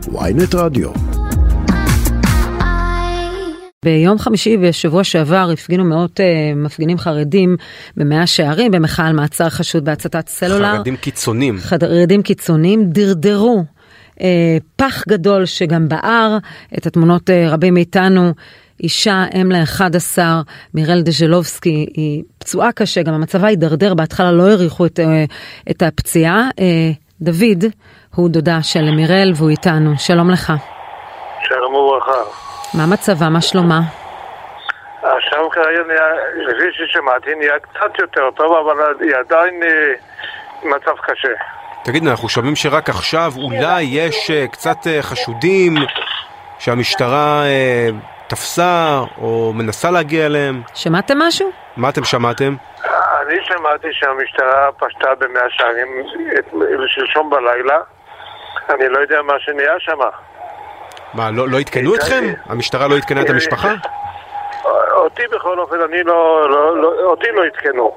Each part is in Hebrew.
ynet רדיו. ביום חמישי בשבוע שעבר הפגינו מאות מפגינים חרדים במאה שערים במחאה על מעצר חשוד בהצתת סלולר. חרדים קיצוניים דרדרו פח גדול שגם בער את התמונות. רבים מאיתנו. אישה, אם ל-11, מירל דז'לובסקי, היא פצועה קשה, גם המצבה הידרדר, בהתחלה לא העריכו את הפציעה. דוד הוא דודה של מירל והוא איתנו. שלום לך. שלום וברכה. מה מצבה? מה שלומה? עכשיו כרגע, לפי ששמעתי, נהיה קצת יותר טוב, אבל היא עדיין מצב קשה. תגיד, אנחנו שומעים שרק עכשיו אולי יש קצת חשודים שהמשטרה תפסה או מנסה להגיע אליהם. שמעתם משהו? מה אתם שמעתם? אני שמעתי שהמשטרה פשטה במאה שערים שלשום בלילה. אני לא יודע מה שנהיה שם. מה, לא התקנו אתכם? המשטרה לא התקנה את המשפחה? אותי בכל אופן, אותי לא התקנו.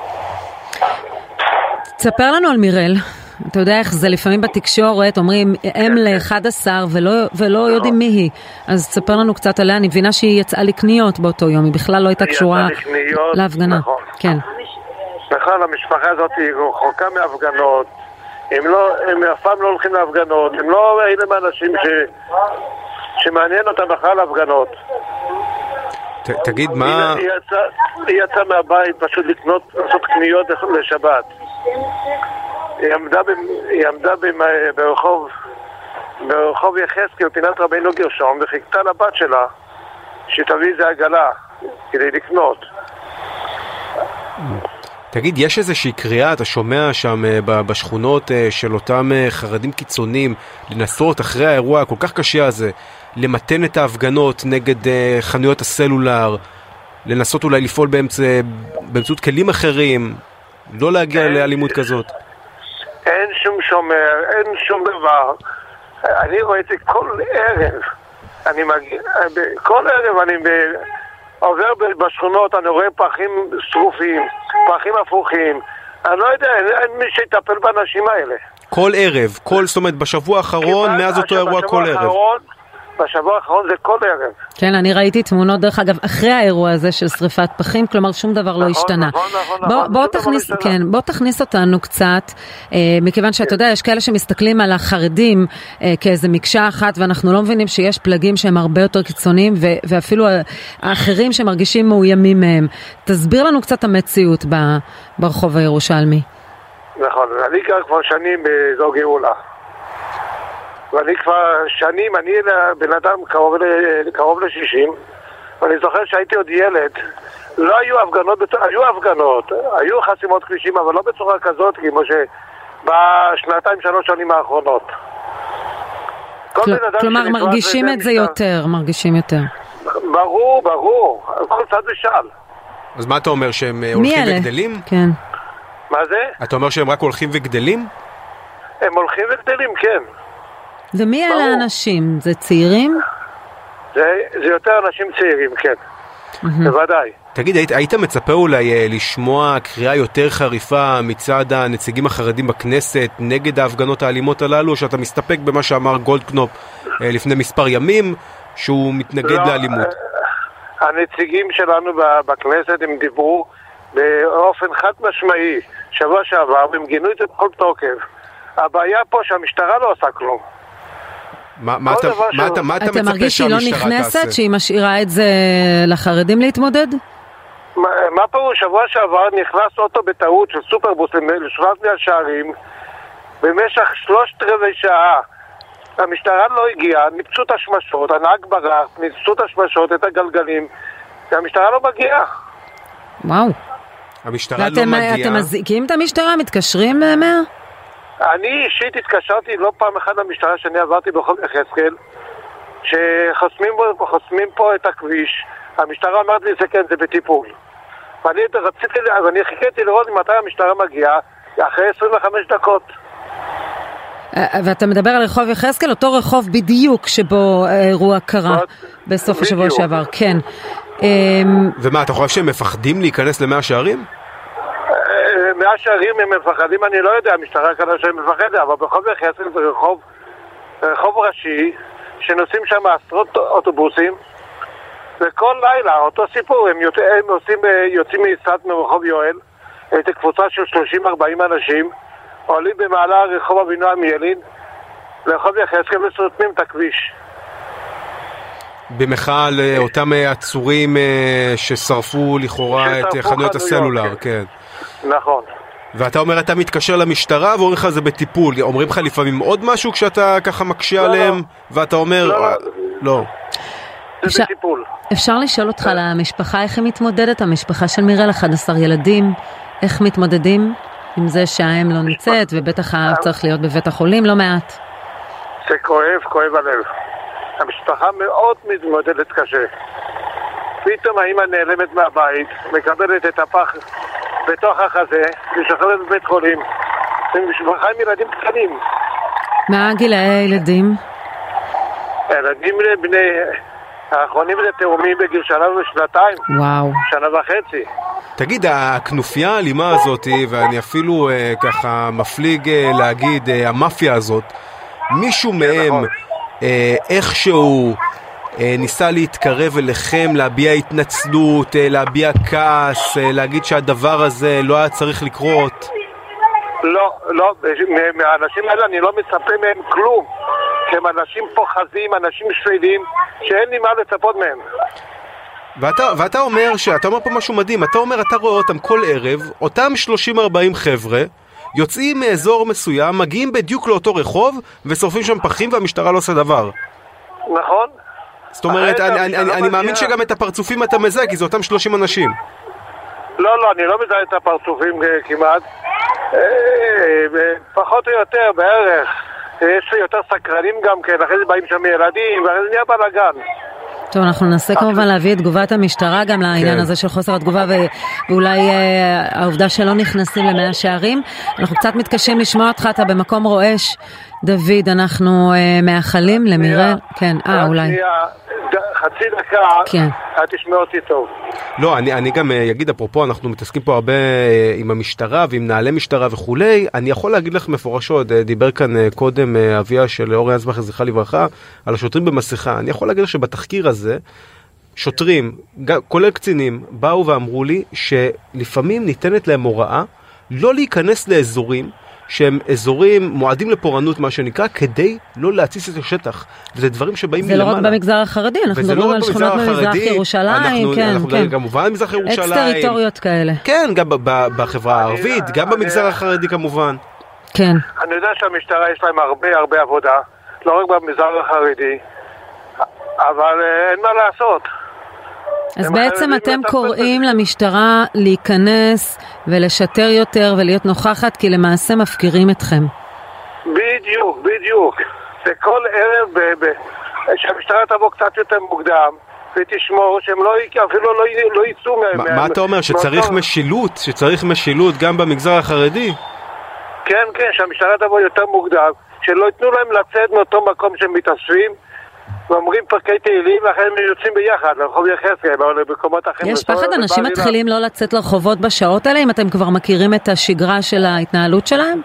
תספר לנו על מירל. אתה יודע איך זה לפעמים בתקשורת, אומרים אם ל-11 ולא יודעים מי היא. אז תספר לנו קצת עליה. אני מבינה שהיא יצאה לקניות באותו יום, היא בכלל לא הייתה קשורה להפגנה. נכון. כן. בכלל המשפחה הזאת היא רחוקה מהפגנות. הם אף פעם לא הולכים להפגנות. הם לא אלה מהאנשים שמעניין אותם בכלל להפגנות. תגיד מה... היא יצאה מהבית פשוט לעשות קניות לשבת. היא עמדה ברחוב יחזקאל, פינת רבינו גרשום, וחיכתה לבת שלה שתביא איזה עגלה כדי לקנות. תגיד, יש איזושהי קריאה, אתה שומע שם בשכונות של אותם חרדים קיצוניים, לנסות אחרי האירוע כל כך קשה הזה, למתן את ההפגנות נגד חנויות הסלולר, לנסות אולי לפעול באמצעות כלים אחרים, לא להגיע לאלימות כזאת? אין שום שומר, אין שום דבר. אני רואה את זה כל ערב. כל ערב אני עובר בשכונות, אני רואה פחים שרופים, פחים הפוכים. אני לא יודע, אין מי שיטפל באנשים האלה. כל ערב, זאת אומרת בשבוע האחרון, מאז אותו אירוע כל ערב. בשבוע האחרון זה כל ערב. כן, אני ראיתי תמונות דרך אגב אחרי האירוע הזה של שריפת פחים, כלומר שום דבר לא השתנה. בוא תכניס אותנו קצת, מכיוון שאתה יודע, יש כאלה שמסתכלים על החרדים כאיזה מקשה אחת, ואנחנו לא מבינים שיש פלגים שהם הרבה יותר קיצוניים, ואפילו האחרים שמרגישים מאוימים מהם. תסביר לנו קצת המציאות ברחוב הירושלמי. נכון, אני כבר שנים באזור גאולה. ואני כבר שנים, אני בן אדם קרוב ל-60, ואני זוכר שהייתי עוד ילד, לא היו הפגנות, היו חסימות כבישים, אבל לא בצורה כזאת, כמו שבשנתיים 3 שנים האחרונות. כלומר, מרגישים את זה יותר, ברור, כל צד ושאל. אז מה אתה אומר, שהם הולכים וגדלים? כן. מה זה? אתה אומר שהם רק הולכים וגדלים? הם הולכים וגדלים, כן. ומי אלה האנשים? זה צעירים? זה יותר אנשים צעירים, כן. בוודאי. תגיד, היית מצפה אולי לשמוע קריאה יותר חריפה מצד הנציגים החרדים בכנסת נגד ההפגנות האלימות הללו, או שאתה מסתפק במה שאמר גולדקנופ לפני מספר ימים, שהוא מתנגד לאלימות? הנציגים שלנו בכנסת הם דיברו באופן חד משמעי שבוע שעבר, והם גינו את זה בכל תוקף. הבעיה פה שהמשטרה לא עושה כלום. מה אתה מצפה מרגיש שהיא לא נכנסת, שהיא משאירה את זה לחרדים להתמודד? מה פה שבוע שעבר נכנס אוטו בטעות של סופרבוס לשכונת מאה שערים במשך 3/4 שעה. המשטרה לא הגיעה, ניפצו את השמשות, הנהג ברח, ניפצו את השמשות, את הגלגלים, והמשטרה לא מגיעה. וואו. המשטרה לא מגיעה. ואתם מזעיקים את המשטרה? מתקשרים 100? אני אישית התקשרתי לא פעם אחת למשטרה שאני עברתי בכל יחזקאל, שחוסמים פה את הכביש. המשטרה אמרת לי זה כן, זה בטיפול. ואני חיכיתי לראות מתי המשטרה מגיעה, אחרי 25 דקות. ואתה מדבר על רחוב יחזקאל, אותו רחוב בדיוק שבו אירוע קרה בסוף השבוע שעבר, כן. ומה, אתה חושב שהם מפחדים להיכנס למאה שערים? מאה שערים הם מפחדים, אני לא יודע, המשטרה כאן שהם מפחדים, אבל ברחוב יחזקאל זה רחוב רחוב ראשי, שנוסעים שם עשרות אוטובוסים, וכל לילה, אותו סיפור, הם יוצאים מסת מרחוב יואל, את קבוצה של 30-40 אנשים, עולים במעלה רחוב אבינועם ילין, לרחוב יחזקאל וסותמים את הכביש. במחאה על אותם עצורים ששרפו לכאורה את חנויות הסלולר, כן. נכון. ואתה אומר, אתה מתקשר למשטרה ואומרים לך זה בטיפול. אומרים לך לפעמים עוד משהו כשאתה ככה מקשה עליהם, ואתה אומר, לא. זה בטיפול. אפשר לשאול אותך על המשפחה, איך היא מתמודדת? המשפחה של מיראל, 11 ילדים, איך מתמודדים עם זה שהאם לא נמצאת, ובטח האב צריך להיות בבית החולים לא מעט? זה כואב הלב. המשפחה מאוד מתמודדת קשה. פתאום האמא נעלמת מהבית, מקבלת את הפח בתוך החזה, משחררת בבית חולים. זה משפחה עם ילדים קטנים. מה גילאי הילדים? ילדים בני... האחרונים זה תאומים בגיל שנה ושנתיים. וואו. שנה וחצי. תגיד, הכנופיה האלימה הזאת, ואני אפילו ככה מפליג להגיד, המאפיה הזאת, מישהו מהם איכשהו ניסה להתקרב אליכם, להביע התנצלות, להביע כעס, להגיד שהדבר הזה לא היה צריך לקרות? לא, מהאנשים האלה אני לא מצפה מהם כלום. כי הם אנשים פוחזים, אנשים שפלים, שאין לי מה לצפות מהם. ואתה אומר אתה אומר פה משהו מדהים, אתה אומר, אתה רואה אותם כל ערב, אותם 30-40 חבר'ה, יוצאים מאזור מסוים, מגיעים בדיוק לאותו רחוב, ושורפים שם פחים והמשטרה לא עושה דבר. נכון. זאת אומרת, אני מאמין שגם את הפרצופים אתה מזהה, כי זה אותם 30 אנשים. לא, אני לא מזהה את הפרצופים כמעט. פחות או יותר, בערך. יש יותר סקרנים גם כן, אחרי זה באים שם ילדים, ואחרי זה נהיה בלגן. טוב, אנחנו ננסה כמובן להביא את תגובת המשטרה גם לעניין הזה של חוסר התגובה, ואולי העובדה שלא נכנסים למאה שערים. אנחנו קצת מתקשים לשמוע אותך, אתה במקום רועש. דוד, אנחנו מאחלים למיראל. כן, אולי. חצי דקה, תשמע אותי טוב. לא, אני גם אגיד, אפרופו, אנחנו מתעסקים פה הרבה עם המשטרה ועם נעלי משטרה וכולי. אני יכול להגיד לך מפורשות, דיבר כאן קודם אביה של אורי אנסבך, זכרה לברכה, על השוטרים במסכה. אני יכול להגיד לך שבתחקיר הזה, שוטרים, כולל קצינים, באו ואמרו לי שלפעמים ניתנת להם הוראה לא להיכנס לאזורים שהם אזורים מועדים לפורענות, מה שנקרא, כדי לא להציס את השטח. וזה דברים שבאים מלמעלה. זה לא רק במגזר החרדי, אנחנו מדברים על שכונות במזרח ירושלים, אנחנו כמובן במזרח ירושלים. אקס-טריטוריות כאלה. כן, גם בחברה הערבית, גם במגזר החרדי כמובן. כן. אני יודע שהמשטרה יש להם הרבה עבודה, לא רק במגזר החרדי, אבל אין מה לעשות. אז בעצם אתם קוראים למשטרה להיכנס ולשטר יותר ולהיות נוכחת, כי למעשה מפקירים אתכם. בדיוק. זה כל ערב שהמשטרה תבוא קצת יותר מוקדם ותשמור שהם אפילו לא יצאו מה אתה אומר? שצריך משילות? שצריך משילות גם במגזר החרדי? כן, שהמשטרה תבוא יותר מוקדם, שלא ייתנו להם לצאת מאותו מקום שהם מתאספים ואומרים פרקי תהילים, ואחרי הם יוצאים ביחד לרחוב יחזקאל או למקומות אחרים. יש פחד, אנשים מתחילים לא לצאת לרחובות בשעות האלה, אם אתם כבר מכירים את השגרה של ההתנהלות שלהם?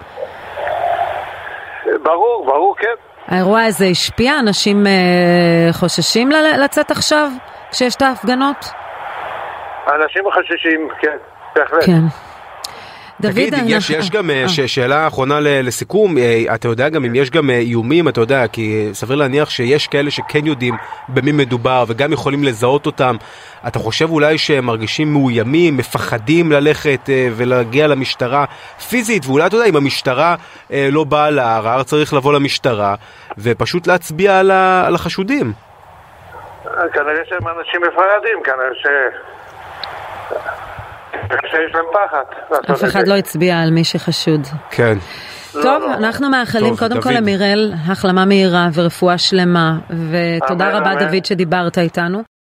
ברור, כן. האירוע הזה השפיע? אנשים חוששים לצאת עכשיו כשיש את ההפגנות? אנשים חוששים, כן, בהחלט. כן. תגיד, יש גם שאלה אחרונה לסיכום, אתה יודע גם אם יש גם איומים, אתה יודע, כי סביר להניח שיש כאלה שכן יודעים במי מדובר וגם יכולים לזהות אותם. אתה חושב אולי שהם מרגישים מאוימים, מפחדים ללכת ולהגיע למשטרה פיזית, ואולי אתה יודע, אם המשטרה לא באה לערער, צריך לבוא למשטרה ופשוט להצביע על החשודים. כנראה שהם אנשים מפחדים, כנראה שיש להם פחד. אף אחד לא הצביע על מי שחשוד. כן. טוב, אנחנו מאחלים קודם כל למיראל החלמה מהירה ורפואה שלמה, ותודה רבה דוד שדיברת איתנו.